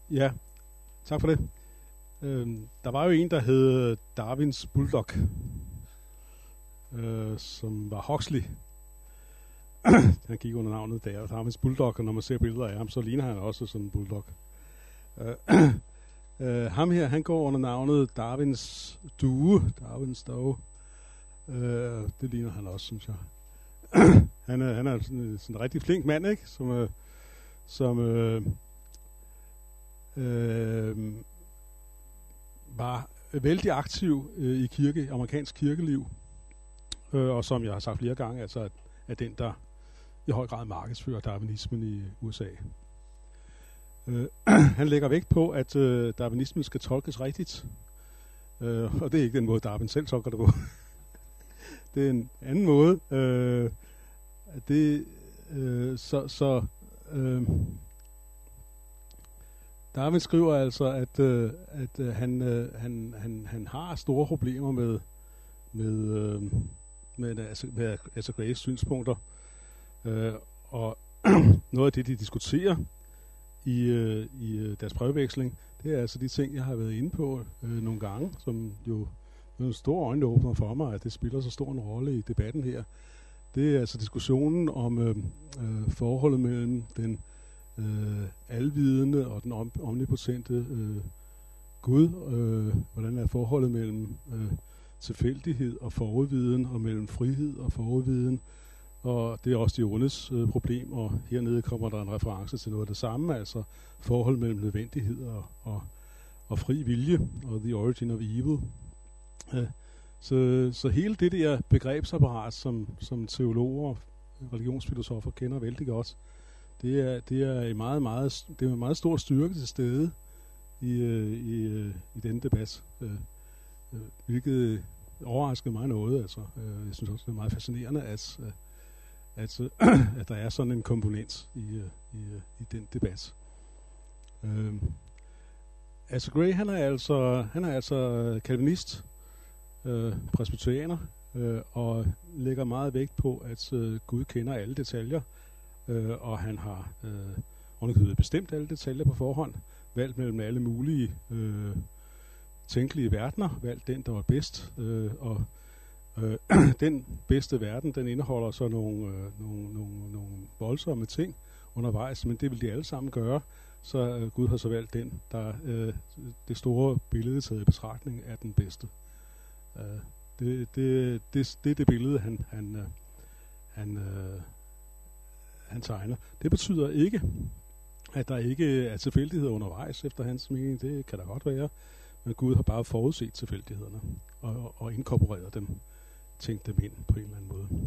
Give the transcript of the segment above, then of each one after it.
Ja, tak for det. Der var jo en, der hed Darwins Bulldog, som var Huxley. Han gik under navnet der, Darwins Bulldog, og når man ser billeder af ham, så ligner han også sådan en bulldog. Ham her, han går under navnet Darwins Due, Darwins Dove. Det ligner han også, synes jeg. Han er sådan en rigtig flink mand, ikke? Som var vældig aktiv i amerikansk kirkeliv, og som jeg har sagt flere gange, altså er den, der i høj grad markedsfører darwinismen i USA. Han lægger vægt på, at darwinismen skal tolkes rigtigt, og det er ikke den måde, Darwin selv tolker det på. Det er en anden måde. Darwin skriver altså, at han har store problemer med Asa Grays synspunkter, og noget af det, de diskuterer i deres brevveksling, det er altså de ting, jeg har været inde på nogle gange, som jo er en stor øjenåbner for mig, at det spiller så stor en rolle i debatten her. Det er altså diskussionen om forholdet mellem den alvidende og den omnipotente Gud. Hvordan er forholdet mellem tilfældighed og forudviden, og mellem frihed og forudviden. Og det er også de ondes problem, og hernede kommer der en reference til noget af det samme, altså forhold mellem nødvendighed og fri vilje, og the origin of evil. Så hele det der begrebsapparat, som teologer og religionsfilosofer kender vældig godt, det er en meget stor styrke til stede i denne debat, hvilket overraskede mig noget. Altså, jeg synes også, det er meget fascinerende, at der er sådan en komponent i den debat. Asa Gray, han er altså calvinist, presbyterianer, og lægger meget vægt på, at Gud kender alle detaljer, og han har underkøbet bestemt alle detaljer på forhånd, valgt mellem alle mulige tænkelige verdener, valgt den, der var bedst, og den bedste verden, den indeholder så nogle voldsomme ting undervejs, men det vil de alle sammen gøre, så Gud har så valgt den, der det store billede taget i betragtning er den bedste. Det er det billede, han tegner. Det betyder ikke, at der ikke er tilfældigheder undervejs efter hans mening. Det kan der godt være, men Gud har bare forudset tilfældighederne og inkorporeret dem, tænkt dem ind på en eller anden måde.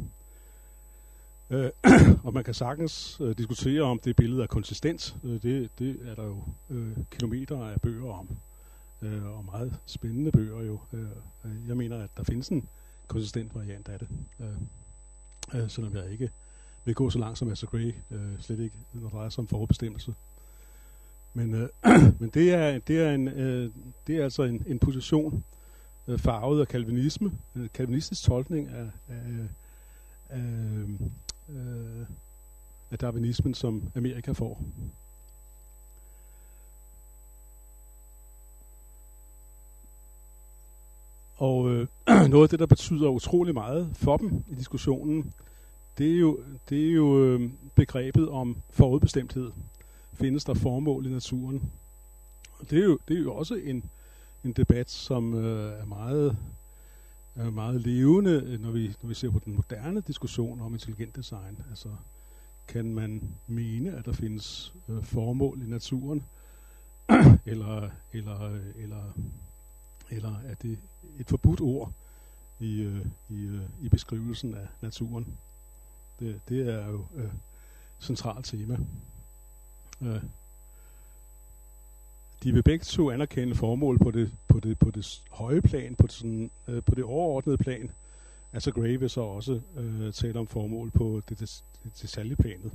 Og man kan sagtens diskutere, om det billede er konsistent. Det er der jo kilometer af bøger om. Og meget spændende bøger jo. Jeg mener, at der findes en konsistent variant af det. Selvom jeg ikke vil gå så langt som Asa Gray, slet ikke, når det drejer sig om forudbestemmelse. Men det er altså en position farvet af kalvinisme, en kalvinistisk tolkning af darwinismen, som Amerika får. Og noget af det, der betyder utrolig meget for dem i diskussionen, det er jo begrebet om forudbestemthed. Findes der formål i naturen? Og det er jo også en debat, som er meget levende, når vi ser på den moderne diskussion om intelligent design. Altså, kan man mene, at der findes formål i naturen, eller er det et forbudt ord i beskrivelsen af naturen? Det er jo centralt tema. De vil begge to anerkende formål på det høje plan, på det overordnede plan. Altså Gray vil så også tale om formål på det detaljeplanet.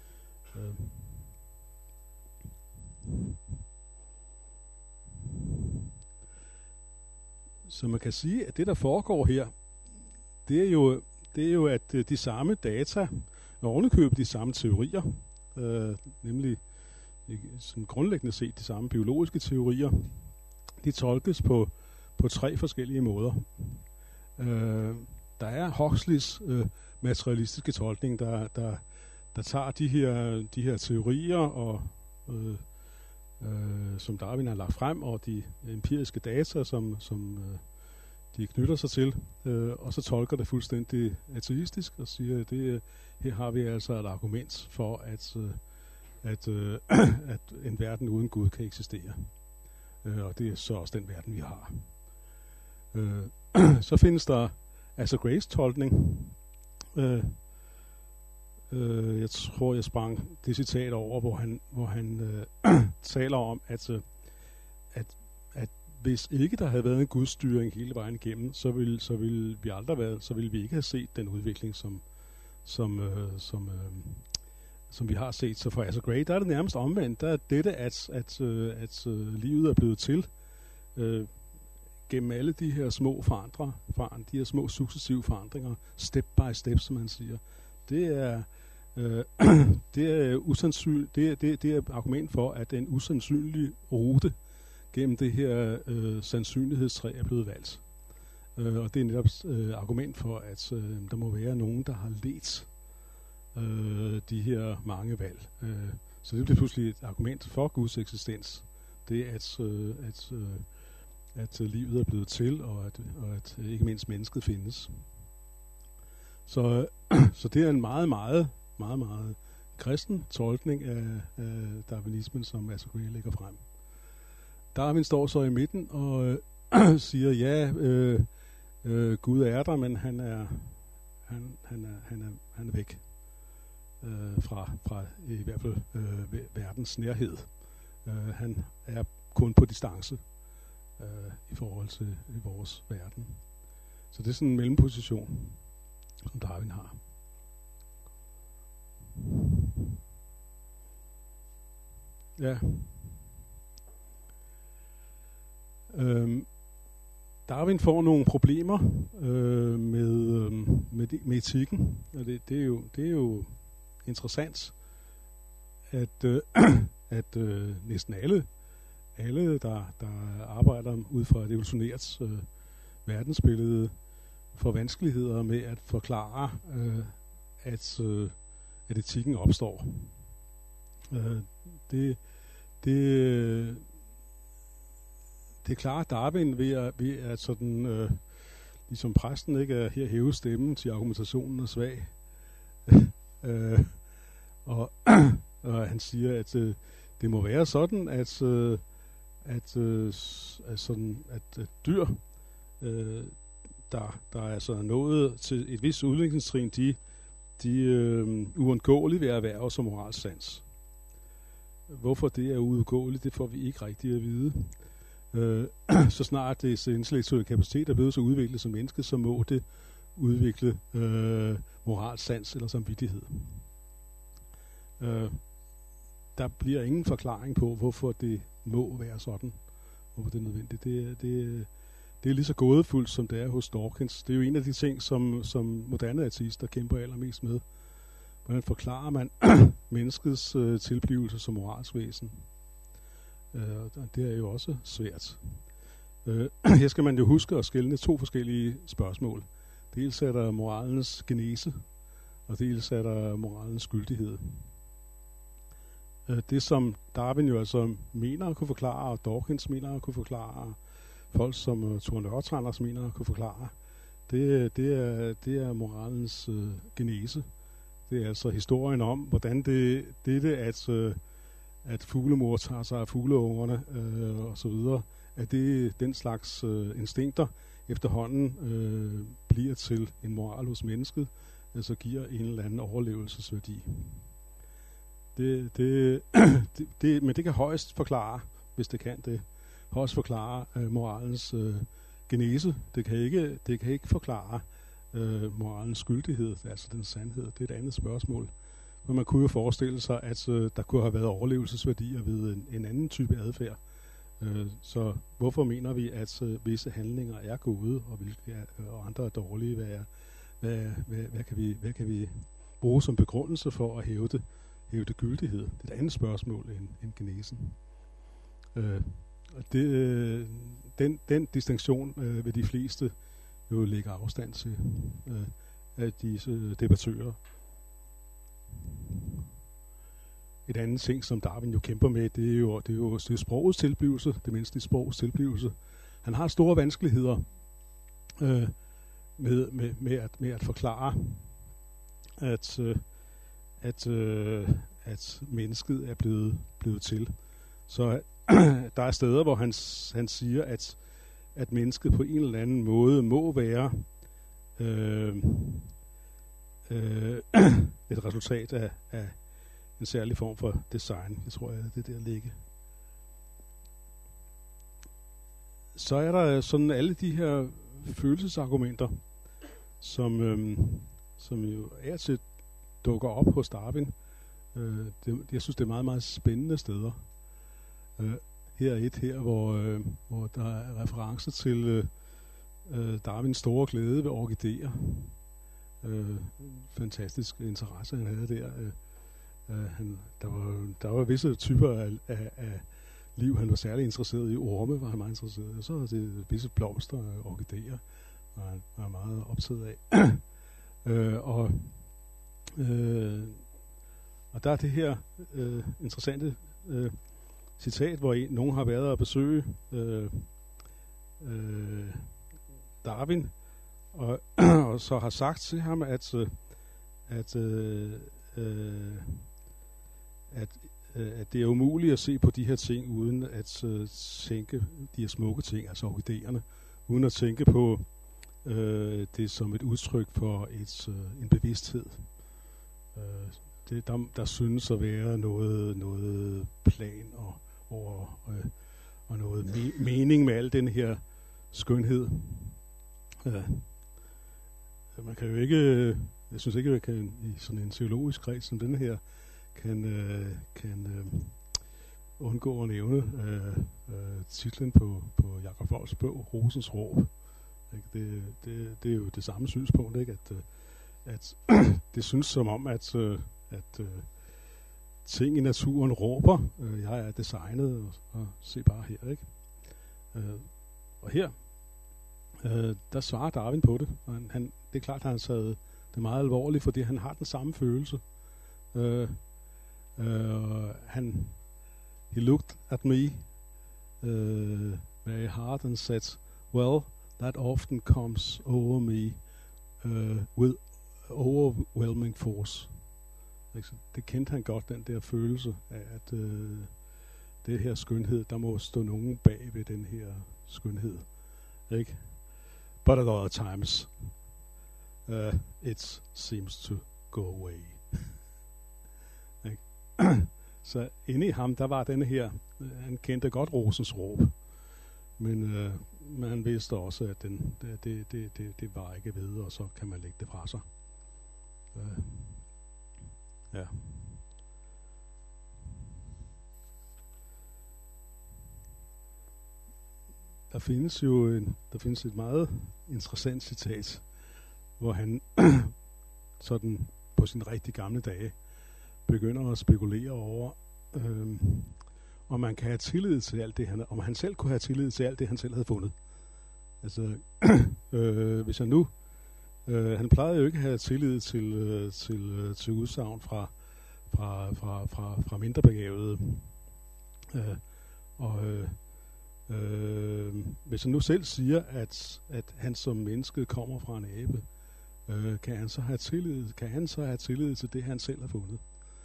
Så man kan sige, at det, der foregår her, det er jo at de samme data og ovenikøbet de samme teorier, nemlig sådan grundlæggende set de samme biologiske teorier. De tolkes på 3 forskellige måder. Der er Huxleys materialistiske tolkning, der tager de her teorier, og som Darwin har lagt frem, og de empiriske data, som de knytter sig til, og så tolker det fuldstændig ateistisk og siger, at her har vi altså et argument for, at en verden uden Gud kan eksistere. Og det er så også den verden, vi har. Så findes der Asa Grays tolkning. Jeg tror, jeg sprang det citat over, hvor han taler om, at hvis ikke der havde været en gudstyring hele vejen igennem, så ville vi aldrig så ville vi ikke have set den udvikling, som vi har set. Så for Asa Gray, der er det nærmest omvendt. Der er dette, at livet er blevet til gennem alle de her små de her små successive forandringer, step by step, som man siger. Det er usandsynligt. Det er argument for, at en usandsynlig rute gennem det her sandsynlighedstræ er blevet valgt. Og det er netop argument for, at der må være nogen, der har ledt de her mange valg. Så det bliver pludselig et argument for Guds eksistens. Det er, at livet er blevet til, og at ikke mindst mennesket findes. Så det er en meget, meget, meget, meget kristen tolkning af darwinismen, som Asa Gray lægger frem. Darwin står så i midten og siger, ja, Gud er der, men han er væk fra i hvert fald verdens nærhed. Han er kun på distance i forhold til vores verden. Så det er sådan en mellemposition, som Darwin har. Ja. Darwin får nogle problemer med etikken, og det er jo interessant, at næsten alle der arbejder ud fra et evolutionært verdensbillede, får vanskeligheder med at forklare, at etikken opstår. Det er klart, at Darwin ved at sådan, ligesom præsten ikke er her hæve stemmen til argumentationen er svag. Og han siger, at det må være sådan, at dyr, der er altså nået til et vist udviklingstrin, de uundgåeligt vil erhverve som moralsk sans. Hvorfor det er uundgåeligt, det får vi ikke rigtig at vide. Så snart det intellektuelle kapacitet er blevet så udviklet som menneske, så må det udvikle moralsk sans eller samvittighed. Der bliver ingen forklaring på, hvorfor det må være sådan, hvorfor det er nødvendigt. Det er lige så gådefuldt, som det er hos Dawkins. Det er jo en af de ting, som moderne ateister kæmper allermest med. Hvordan forklarer man menneskets tilblivelse som moralsk væsen? Det er jo også svært. Her skal man jo huske at skelne 2 forskellige spørgsmål. Dels er der moralens genese, og dels er der moralens skyldighed. Det som Darwin jo altså mener at kunne forklare, og Dawkins mener at kunne forklare, folk som Thor Nørretranders mener at kunne forklare, det er moralens genese. Det er altså historien om, hvordan at fuglemor tager sig af fugleungerne og så videre, at det den slags instinkter efterhånden bliver til en moral hos mennesket, altså giver en eller anden overlevelsesværdi. Men det kan højst forklare, hvis det kan det, højst forklare moralens genese. Det kan ikke forklare moralens skyldighed, altså den sandhed. Det er et andet spørgsmål. Men man kunne jo forestille sig, at der kunne have været overlevelsesværdier ved en anden type adfærd. Så hvorfor mener vi, at visse handlinger er gode, og andre er dårlige? Hvad kan vi bruge som begrundelse for at hævde, hævde gyldighed. Det er et andet spørgsmål end genesen. Og den distinktion vil de fleste jo lægge afstand til af disse debattører. Et andet ting, som Darwin jo kæmper med, det er jo sprogets tilblivelse, det menneskelige sprogs tilblivelse. Han har store vanskeligheder med at forklare, at mennesket er blevet til. Så der er steder, hvor han siger, at mennesket på en eller anden måde må være et resultat af en særlig form for design. Jeg tror, det der ligger. Så er der sådan alle de her følelsesargumenter, som jo af til dukker op hos Darwin. Jeg synes, det er meget, meget spændende steder. Her er et her, hvor der er referencer til Darwins store glæde ved orkideer. Fantastisk interesse, han havde der. Der var visse typer af liv, han var særlig interesseret i. Orme var han meget interesseret i. Så er det visse blomster og orkideer, var meget optaget af. Og der er det her interessante citat, hvor nogen har været at besøge Darwin, og så har sagt til ham, at det er umuligt at se på de her ting uden at tænke de her smukke ting, altså orkideerne, uden at tænke på det som et udtryk for en bevidsthed. Der synes at være noget plan og noget mening med al den her skønhed. Man kan jo ikke, jeg synes ikke, at man kan i sådan en teologisk kreds som den her kan undgå at nævne titlen på Jakob Wolfs bog, Rosens råb. Det er jo det samme synspunkt, ikke? At det synes som om, at ting i naturen råber, jeg er designet, og se bare her, ikke? Og her, der svarer Darwin på det. Og det er klart, at han har taget det meget alvorligt, fordi han har den samme følelse. He looked at me very hard and said, well, that often comes over me with overwhelming force. Det kendte han godt, den der følelse af, at det her skønhed, der må stå nogen bag ved den her skønhed. Ikke? But at other times, it seems to go away. Så inde i ham, der var denne her, han kendte godt Rosens råb, men han vidste også, at det var ikke ved, og så kan man lægge det fra sig. Ja. Der findes et meget interessant citat, hvor han sådan på sine rigtig gamle dage begynder at spekulere over, om man kan have tillid til alt det, om han selv kunne have tillid til alt det, han selv havde fundet. Altså, hvis jeg nu, han plejede jo ikke at have tillid til udsagn fra mindre begavede. Hvis han nu selv siger, at han som menneske kommer fra en abe, kan han så have tillid til det, han selv har fundet?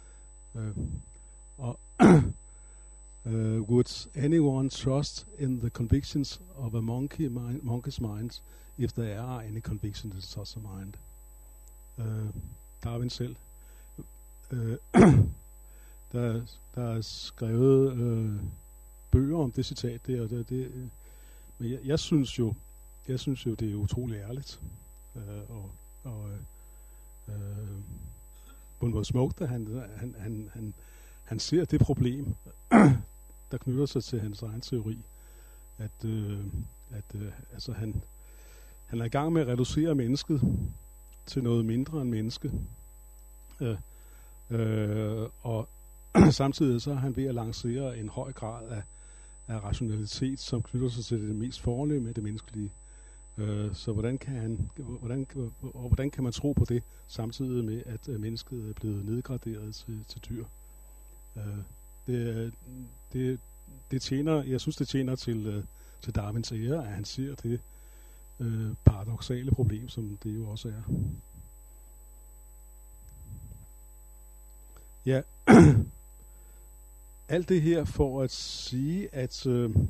Would anyone trust in the convictions of a monkey's mind if there are any convictions in such a mind? Darwin selv. Der er skrevet bøger om det citat der, og men jeg synes jo, det er utrolig ærligt. På en måde smukt, at han ser det problem, der knytter sig til hans egen teori, altså han er i gang med at reducere mennesket til noget mindre end menneske, Og samtidig så er han ved at lancere en høj grad af rationalitet, som knytter sig til det mest fornemme af det menneskelige. Så hvordan kan man tro på det, samtidig med, at mennesket er blevet nedgraderet til dyr? Det tjener, jeg synes, det tjener til Darwins ære, at han ser det paradoksale problem, som det jo også er. Ja, alt det her for at sige, at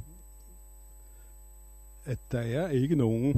der er ikke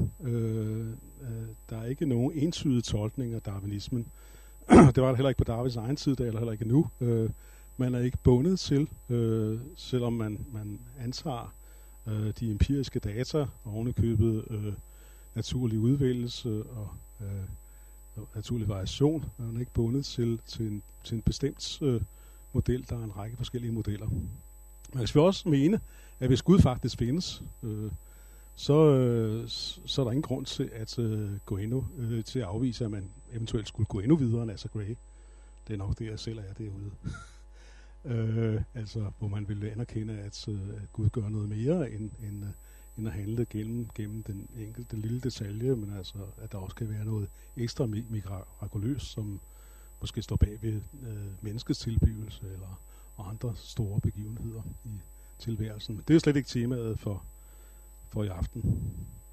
nogen entydig tolkning af darwinismen. Det var det heller ikke på Darwins egen tid, eller heller ikke nu. Man er ikke bundet til, selvom man antager de empiriske data, ovenikøbet naturlig udvælgelse og naturlig variation. Man er ikke bundet til en bestemt model. Der er en række forskellige modeller. Man kan også mene, at hvis Gud faktisk findes, så er der ingen grund til at gå endnu til at afvise, at man eventuelt skulle gå endnu videre end Asa Gray. Det er nok det, jeg selv er derude. Altså, hvor man vil anerkende, at Gud gør noget mere end at handle gennem den enkelte lille detalje, men altså, at der også kan være noget ekstra mirakuløst, som måske står bag ved menneskets tilblivelse og andre store begivenheder i tilværelsen. Det er slet ikke temaet for i aften.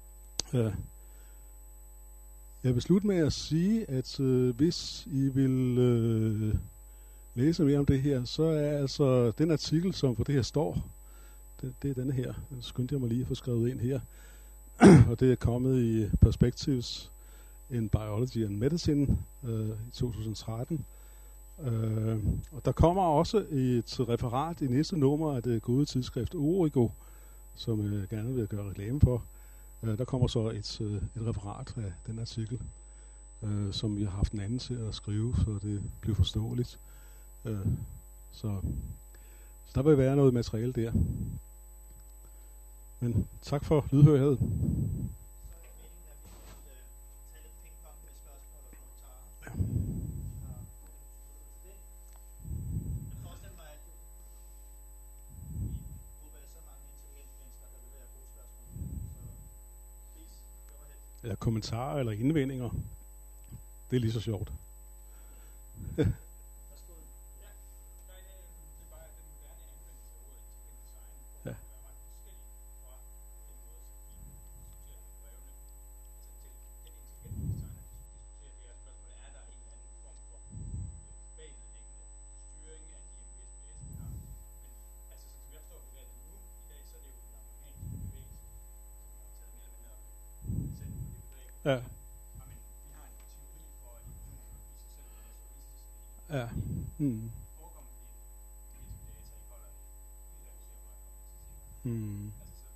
Jeg vil slutte med at sige, at hvis I vil læse mere om det her, så er altså den artikel, som for det her står, det er denne her. Den skyndte jeg mig lige at få skrevet ind her. Og det er kommet i Perspectives in Biology and Medicine i 2013. Og der kommer også et referat i næste nummer af det gode tidsskrift Origo, som jeg gerne vil gøre reklame for. Der kommer så et referat af den artikel, som vi har haft en anden til at skrive, så det bliver forståeligt. Så der vil være noget materiale der. Men tak for lydhørighed. Ja. Eller kommentarer eller indvendinger. Det er lige så sjovt. Ja. Ja. Mm. Mm.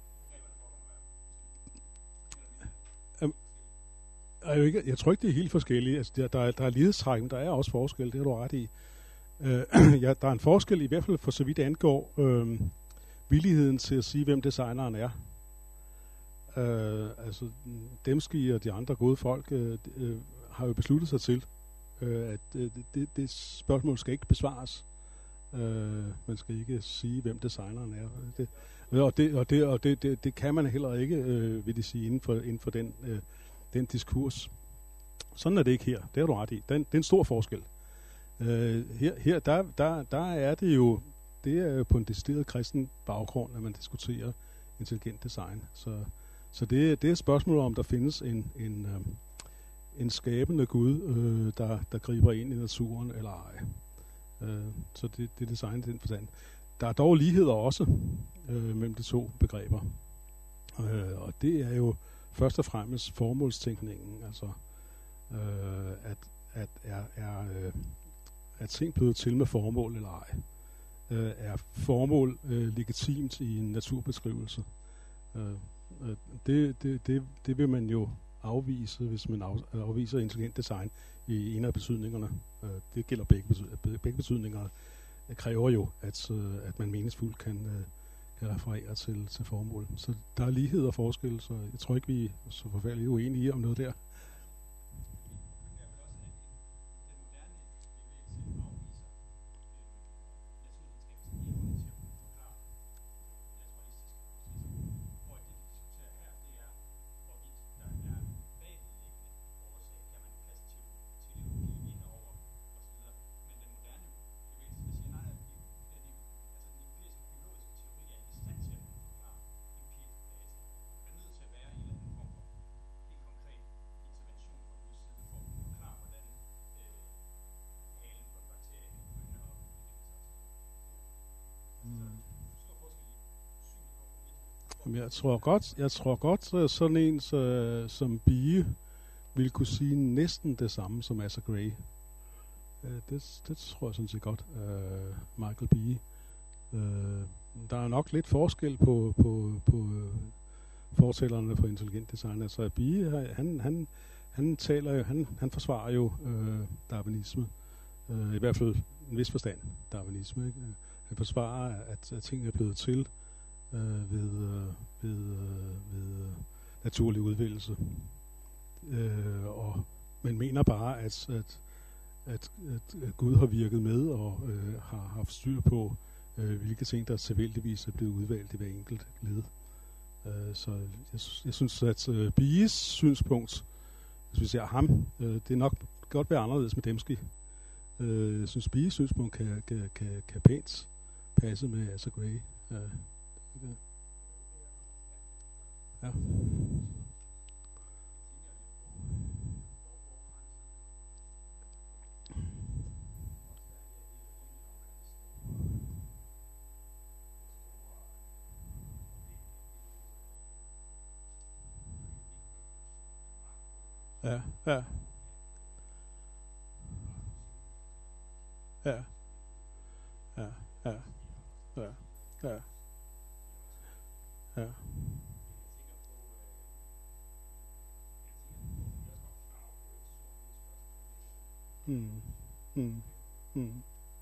Jeg tror ikke, det er helt forskelligt. Altså, der er lighedstræk, men der er også forskel. Det har du ret i. Ja, der er en forskel, i hvert fald for så vidt angår villigheden til at sige, hvem designeren er. Altså Dembski og de andre gode folk har jo besluttet sig til, at det spørgsmål skal ikke besvares. Man skal ikke sige, hvem designeren er. Det kan man heller ikke, vil de sige, inden for den diskurs. Sådan er det ikke her. Det har du ret i. Det er en stor forskel. Her der er det jo, det er jo på en decideret kristen baggrund, at man diskuterer intelligent design. Så det er et spørgsmål om, der findes en skabende Gud, der griber ind i naturen eller ej. Så det er design i den forstand. Der er dog ligheder også mellem de to begreber. Og det er jo først og fremmest formålstænkningen, altså er ting blevet til med formål eller ej? Er formål legitimt i en naturbeskrivelse? Det vil man jo afvise, hvis man afviser intelligent design i en af betydningerne. Det gælder begge betydninger. Det kræver jo, at man meningsfuldt kan referere til formål. Så der er lighed og forskel, så jeg tror ikke, vi er så forfærdeligt uenige om noget der. Jamen, jeg tror godt, sådan en som Bie ville kunne sige næsten det samme som Asa Gray. Det tror jeg sådan set godt, Michael Bie. Der er nok lidt forskel på fortællerne for intelligent design. Altså Bie, han forsvarer jo darwinisme. I hvert fald en vis forstand darwinisme. Ikke? Han forsvarer, at tingene er blevet til ved naturlig udvælgelse. Men mener bare, at Gud har virket med og har haft styr på, hvilke ting, der tilfældigvis er blevet udvalgt i hver enkelt led. Så jeg synes, at Bies synspunkt, hvis vi ser ham, det er nok godt være anderledes med Dembski. Jeg synes, Bies synspunkt kan pænt passe med Asa Gray. Ja. Ja, ja. Ja, ja, ja, ja, ja, ja. Mm, mm, mm.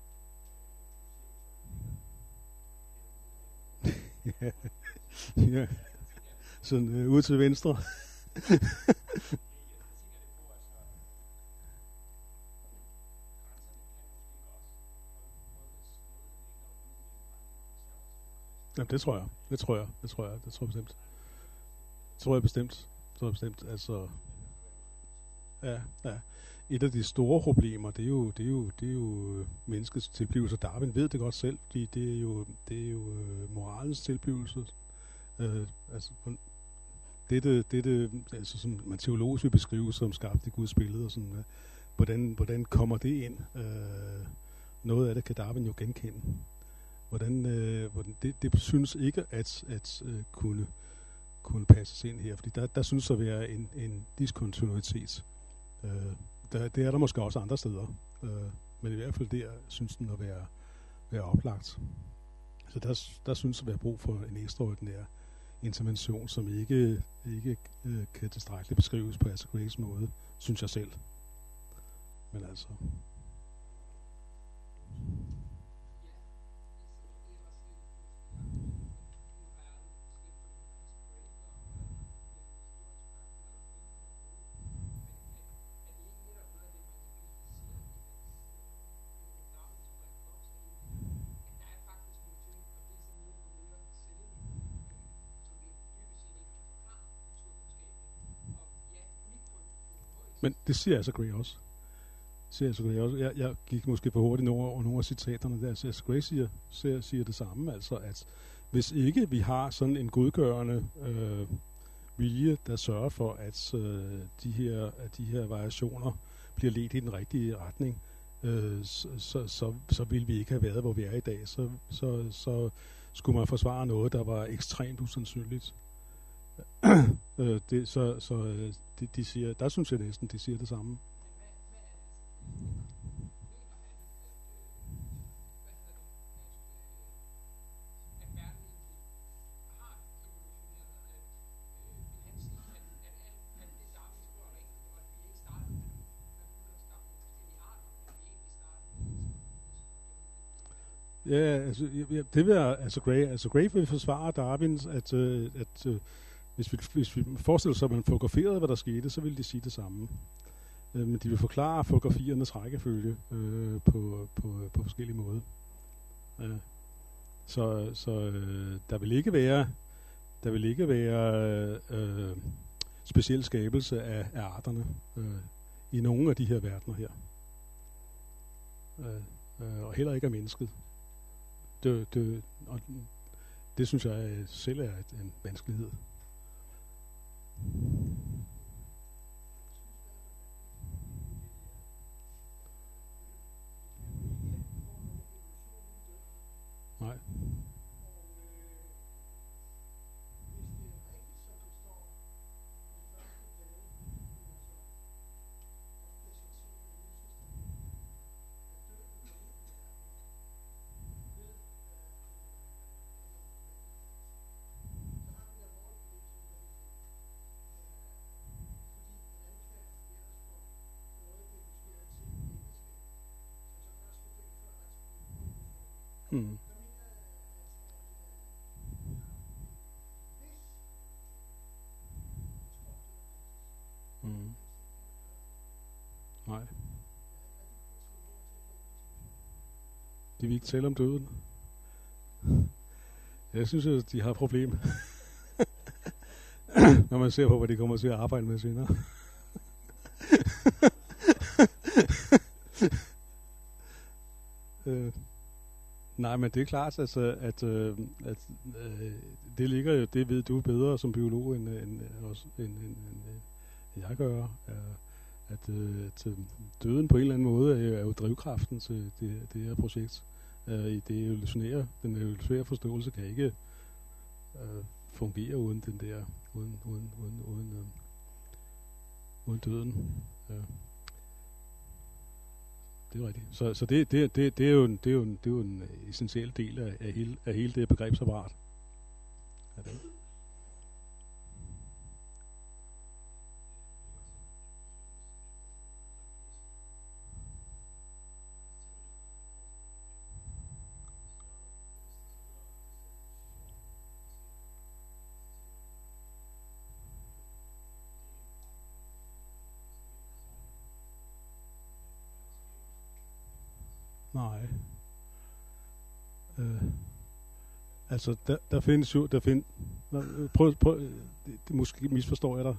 Ja, ja. Sådan ude til venstre. Jamen, det tror jeg. Det tror jeg bestemt. Det tror jeg bestemt. Altså, ja, ja. Et af de store problemer, det er jo menneskets tilblivelse. Darwin ved det godt selv, fordi det er jo moralens tilblivelse. Altså, altså som man teologisk vil beskrive som skabt i Guds billede, og sådan, hvordan kommer det ind? Noget af det kan Darwin jo genkende. Hvordan det synes ikke at kunne passes ind her, fordi der synes at være en diskontinuitet. Det er der måske også andre steder, men i hvert fald der synes den at være oplagt. Så der synes at være brug for en ekstraordinær intervention, som ikke kan tilstrækkeligt beskrives på Asa Grays måde, synes jeg selv. Men altså... Men det siger Asa Gray også. Jeg gik måske for hurtigt over nogle af citaterne der. Så Asa Gray siger det samme, altså at hvis ikke vi har sådan en godgørende vilje, der sørger for, at de her variationer bliver ledt i den rigtige retning, så vil vi ikke have været, hvor vi er i dag. Så skulle man forsvare noget, der var ekstremt usandsynligt. De siger, der synes jeg næsten, de siger det samme. Ja, altså, det vil Asa Gray. Asa Gray vil forsvare Darwins, at hvis vi forestiller sig, at man fotograferede, hvad der skete, så ville de sige det samme. Men de vil forklare fotografiernes rækkefølge på forskellige måder. Der vil ikke være speciel skabelse af arterne i nogle af de her verdener her. Og heller ikke af mennesket. Det synes jeg selv er en vanskelighed. Nej. Mm. Mm. Nej. De vil ikke tale om døden. Jeg synes, at de har problemer. Når man ser på, hvad de kommer til at arbejde med senere. Nej, men det er klart, altså, at det ligger jo, det ved du bedre som biolog, end jeg gør, at døden på en eller anden måde er jo drivkraften til det her projekt. Den evolutionære forståelse kan ikke fungere uden den der, uden døden. Det er rigtigt. Så det er jo en essentiel del af hele det begrebsapparat. Er det? Nej. Altså, der findes jo... Prøv, det måske misforstår jeg dig.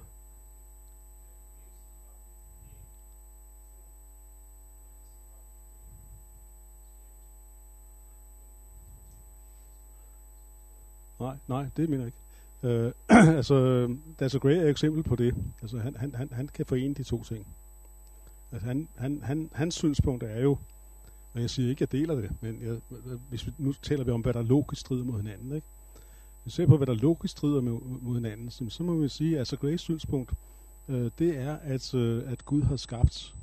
Nej, det mener jeg ikke. Altså, David Gray er et eksempel på det. Altså, han kan forene de to ting. Altså, hans synspunkt er jo, og jeg siger ikke, at jeg deler det, men nu taler vi om, hvad der logisk strider mod hinanden, ikke? Hvis vi ser på, hvad der logisk strider mod hinanden, så må vi sige, at altså Grays synspunkt, det er, at Gud har skabt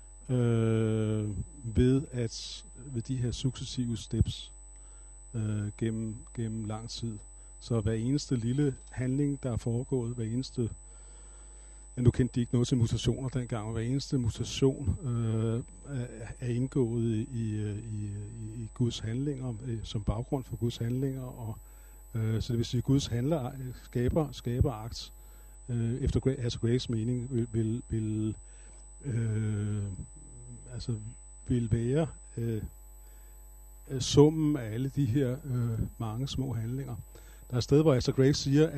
ved de her successive steps gennem lang tid. Så hver eneste lille handling, der er foregået, hver eneste... Nu kendte de ikke noget til mutationer dengang, og hver eneste mutation er indgået i Guds handlinger, som baggrund for Guds handlinger, og så det vil sige, at Guds handler skaber akt, efter Grays mening, vil være summen af alle de her mange små handlinger. Der er et sted, hvor Asger Gray siger,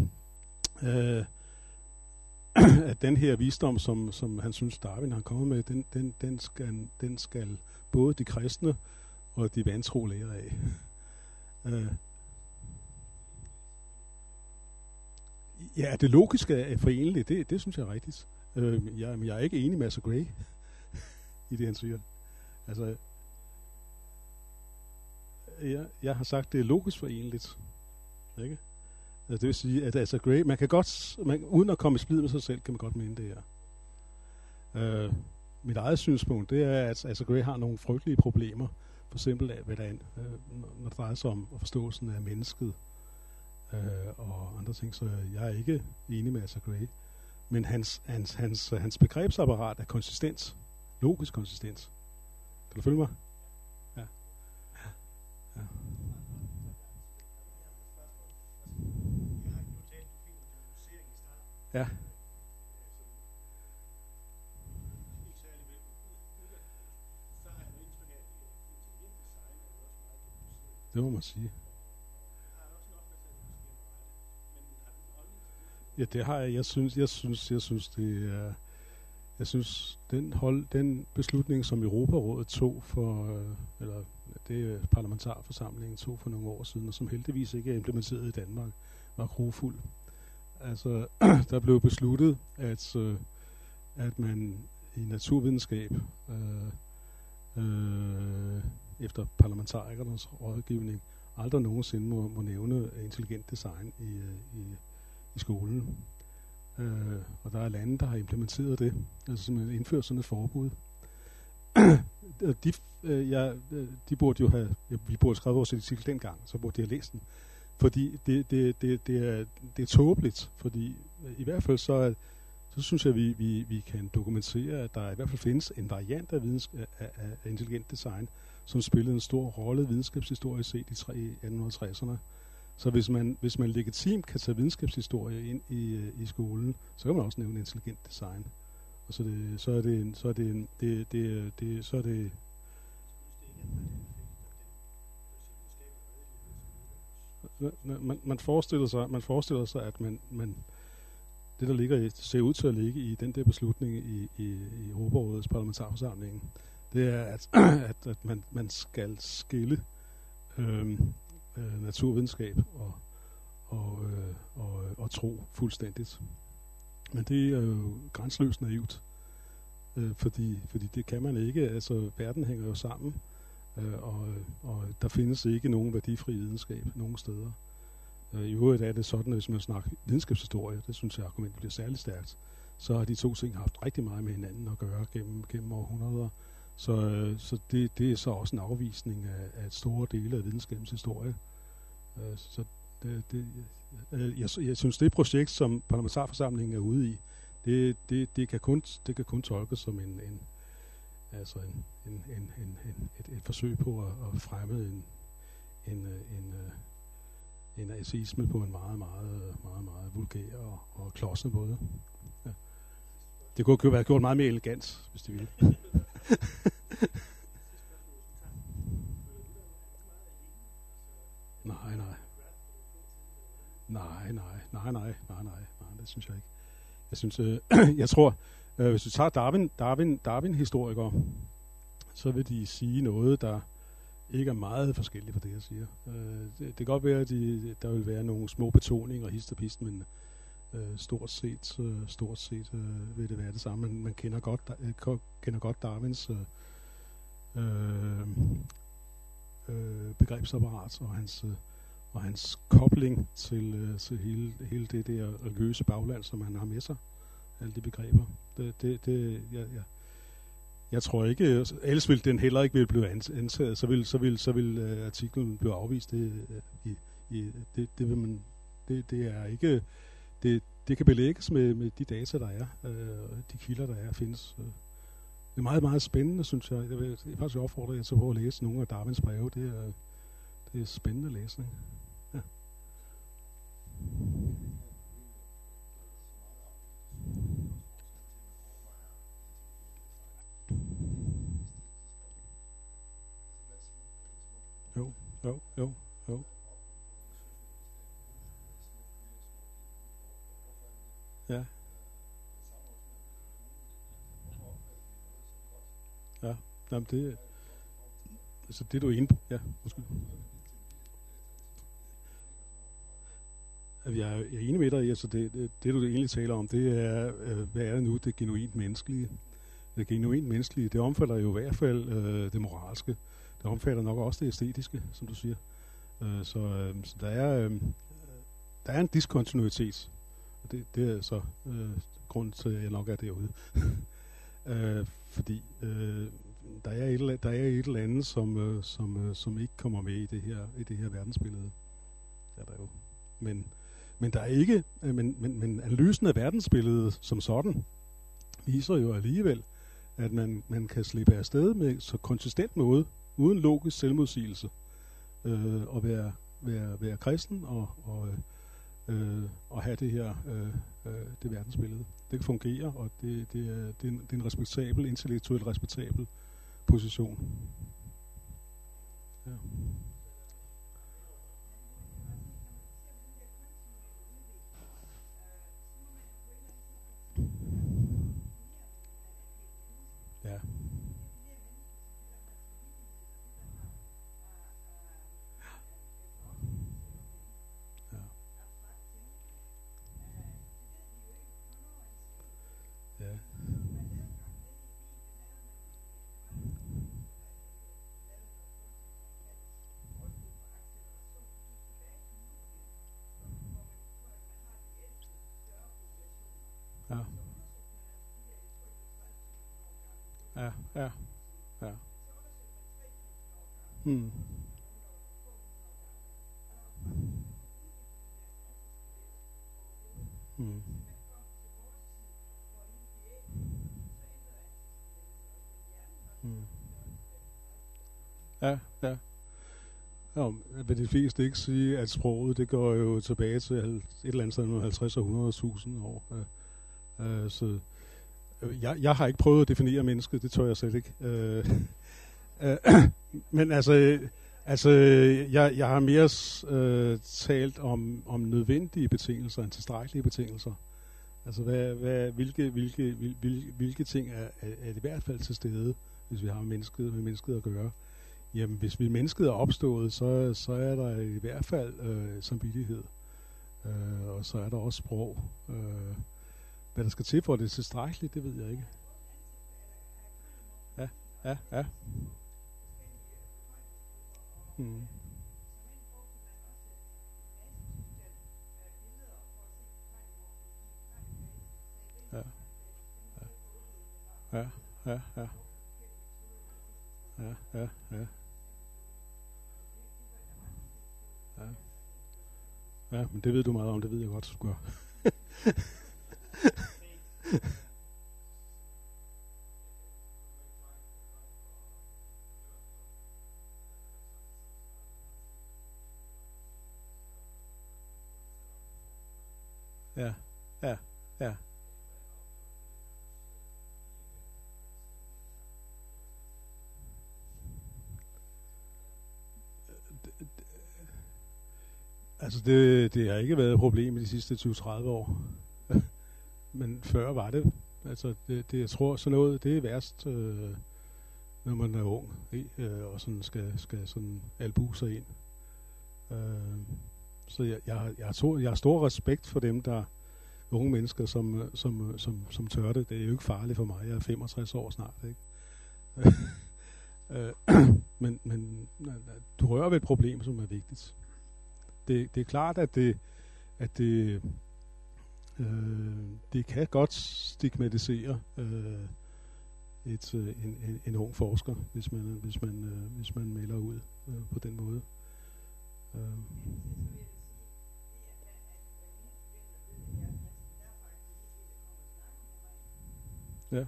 at den her visdom, som han synes Darwin har kommet med, den skal både de kristne og de vantro lære af. Ja, det logiske er foreneligt, det synes jeg er rigtigt. Jeg er ikke enig med Asger Gray i det, han siger. Altså, jeg har sagt, det er logisk foreneligt. Ikke? Altså, det vil sige, at Asger Gray, uden at komme i splid med sig selv, kan man godt mene det her. Mit eget synspunkt, det er, at Asger Gray har nogle frygtelige problemer, for eksempel af, når det drejer sig om forståelsen af mennesket og andre ting, så jeg er ikke enig med Asger Gray. Men hans begrebsapparat er konsistent, logisk konsistent. Kan du følge mig? Ja. Ja. Ja. Det må man sige. Ja, det har jeg. Jeg synes det er... Jeg synes, den beslutning, som Europarådet tog eller det parlamentarforsamlingen tog for nogle år siden, og som heldigvis ikke er implementeret i Danmark, var grufuld. Altså, der blev besluttet, at man i naturvidenskab, efter parlamentarikernes rådgivning, aldrig nogensinde må nævne intelligent design i skolen. Og der er lande, der har implementeret det, altså simpelthen indført sådan et forbud. De burde jo have, vi burde skrevet vores artikel dengang, så burde de have læst den. Fordi det er tåbeligt, fordi i hvert fald så synes jeg, vi kan dokumentere, at der i hvert fald findes en variant af intelligent design, som spillede en stor rolle videnskabshistorie set i 1860'erne. Så hvis man legitimt kan tage videnskabshistorie ind i skolen, så kan man også nævne intelligent design. Og så er det man forestiller sig, at man det der ligger ser ud til at ligge i den der beslutning i Europarådets parlamentarforsamling, det er at man skal skille naturvidenskab og tro fuldstændigt. Men det er jo grænseløst naivt, fordi det kan man ikke. Altså verden hænger jo sammen, og der findes ikke nogen værdifri videnskab nogen steder. I øvrigt er det sådan, at hvis man snakker videnskabshistorie, det synes jeg argumentet bliver særlig stærkt, så har de to ting haft rigtig meget med hinanden at gøre gennem århundreder. Så det er så også en afvisning af store dele af videnskabens historie. Så jeg synes, det projekt, som parlamentarforsamlingen er ude i, det kan kun tolkes som et forsøg på at fremme en ateisme på en meget, meget, meget, meget vulgær og klodset måde. Ja. Det kunne være gjort meget mere elegant, hvis det ville. Nej, det synes jeg ikke. Jeg synes, jeg tror, hvis du tager Darwin-historikere, så vil de sige noget, der ikke er meget forskelligt fra det, jeg siger. Det kan godt være, at der vil være nogle små betoninger og hist og pist, men stort set vil det være det samme. Man kender godt Darwins begrebsapparat og hans kobling til hele det der religiøse bagland, som han har med sig. Alle de begreber. Jeg tror ikke, ellers ville den heller ikke blive antaget, så vil artiklen blive afvist. Det kan belægges med de data, der er, de kilder, der er, findes. Det er meget, meget spændende, synes jeg. Jeg vil faktisk opfordre jer til at læse nogle af Darwins breve. Det er spændende læsning. Ja. Jo. Ja. Ja, jamen det, altså det du er inde på. Ja, undskyld. Jeg er enig med dig i, altså det du egentlig taler om, det er, hvad er det nu, det genuint menneskelige? Det genuint menneskelige, det omfatter jo i hvert fald det moralske. Det omfatter nok også det æstetiske, som du siger. Så der er en diskontinuitet. Og det er så grunden til, at jeg nok er derude. Fordi der er et eller andet, som ikke kommer med i det her verdensbillede. Er der jo. Men der er ikke, men analysen af verdensbilledet som sådan viser jo alligevel, at man kan slippe afsted med så konsistent måde, uden logisk selvmodsigelse, og være kristen og have det her det verdensbillede. Det kan fungere, og det er en respektabel, intellektuelt respektabel position. Ja. Ja. Ja. Ja. Hmm. Hmm. Hmm. Ja, ja. Ja, men de fleste ikke sige, at sproget, det går jo tilbage til et eller andet sted mellem 50 og 100.000 år. Så jeg har ikke prøvet at definere mennesket, det tør jeg slet ikke. Øh, men jeg har mere talt om nødvendige betingelser end tilstrækkelige betingelser. Altså, hvilke ting er i hvert fald til stede, hvis vi har med mennesket at gøre. Jamen, hvis mennesket er opstået, så er der i hvert fald samvittighed. Og så er der også sprog. Hvad der skal til for, at det er tilstrækkeligt, det ved jeg ikke. Ja, ja, ja. Hmm. Ja, ja, ja, ja, ja, ja, ja, ja. Ja, men det ved du meget om, det ved jeg godt, du gør. Ja, ja, ja. Altså, det har ikke været et problem i de sidste 20-30 år. Men før var det. Altså, jeg tror, sådan noget, det er værst, når man er ung, ikke? Og sådan skal sådan albue sig ind. Så jeg har stor respekt for dem, der unge mennesker, som tør det. Det er jo ikke farligt for mig. Jeg er 65 år snart, ikke? Men du rører ved et problem, som er vigtigt. Det er klart, at det kan godt stigmatisere en ung forsker, hvis man melder ud på den måde. Ja.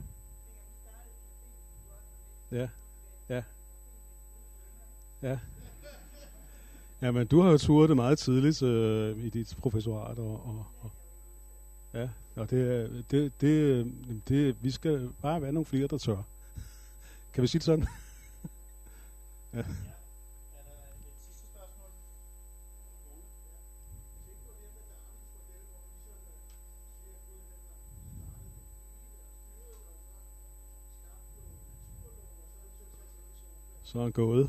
Ja. Ja. Ja. Ja, men du har jo turet det meget tidligt i dit professorat og ja, og det vi skal bare være nogle flere, der tør. Kan vi sige det sådan? Ja. Så er han gået.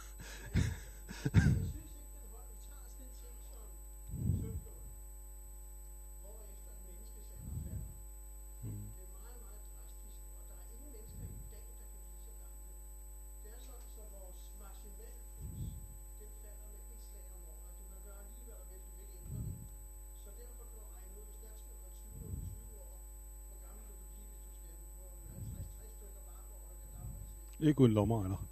Ikke uden lommeregner.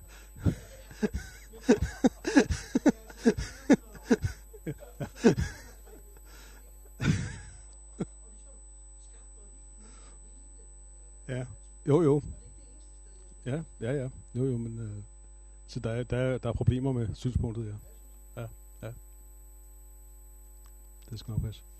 Ja, jo. Ja. Jo, men så der er problemer med synspunktet, ja. Ja. Det skal nok passe.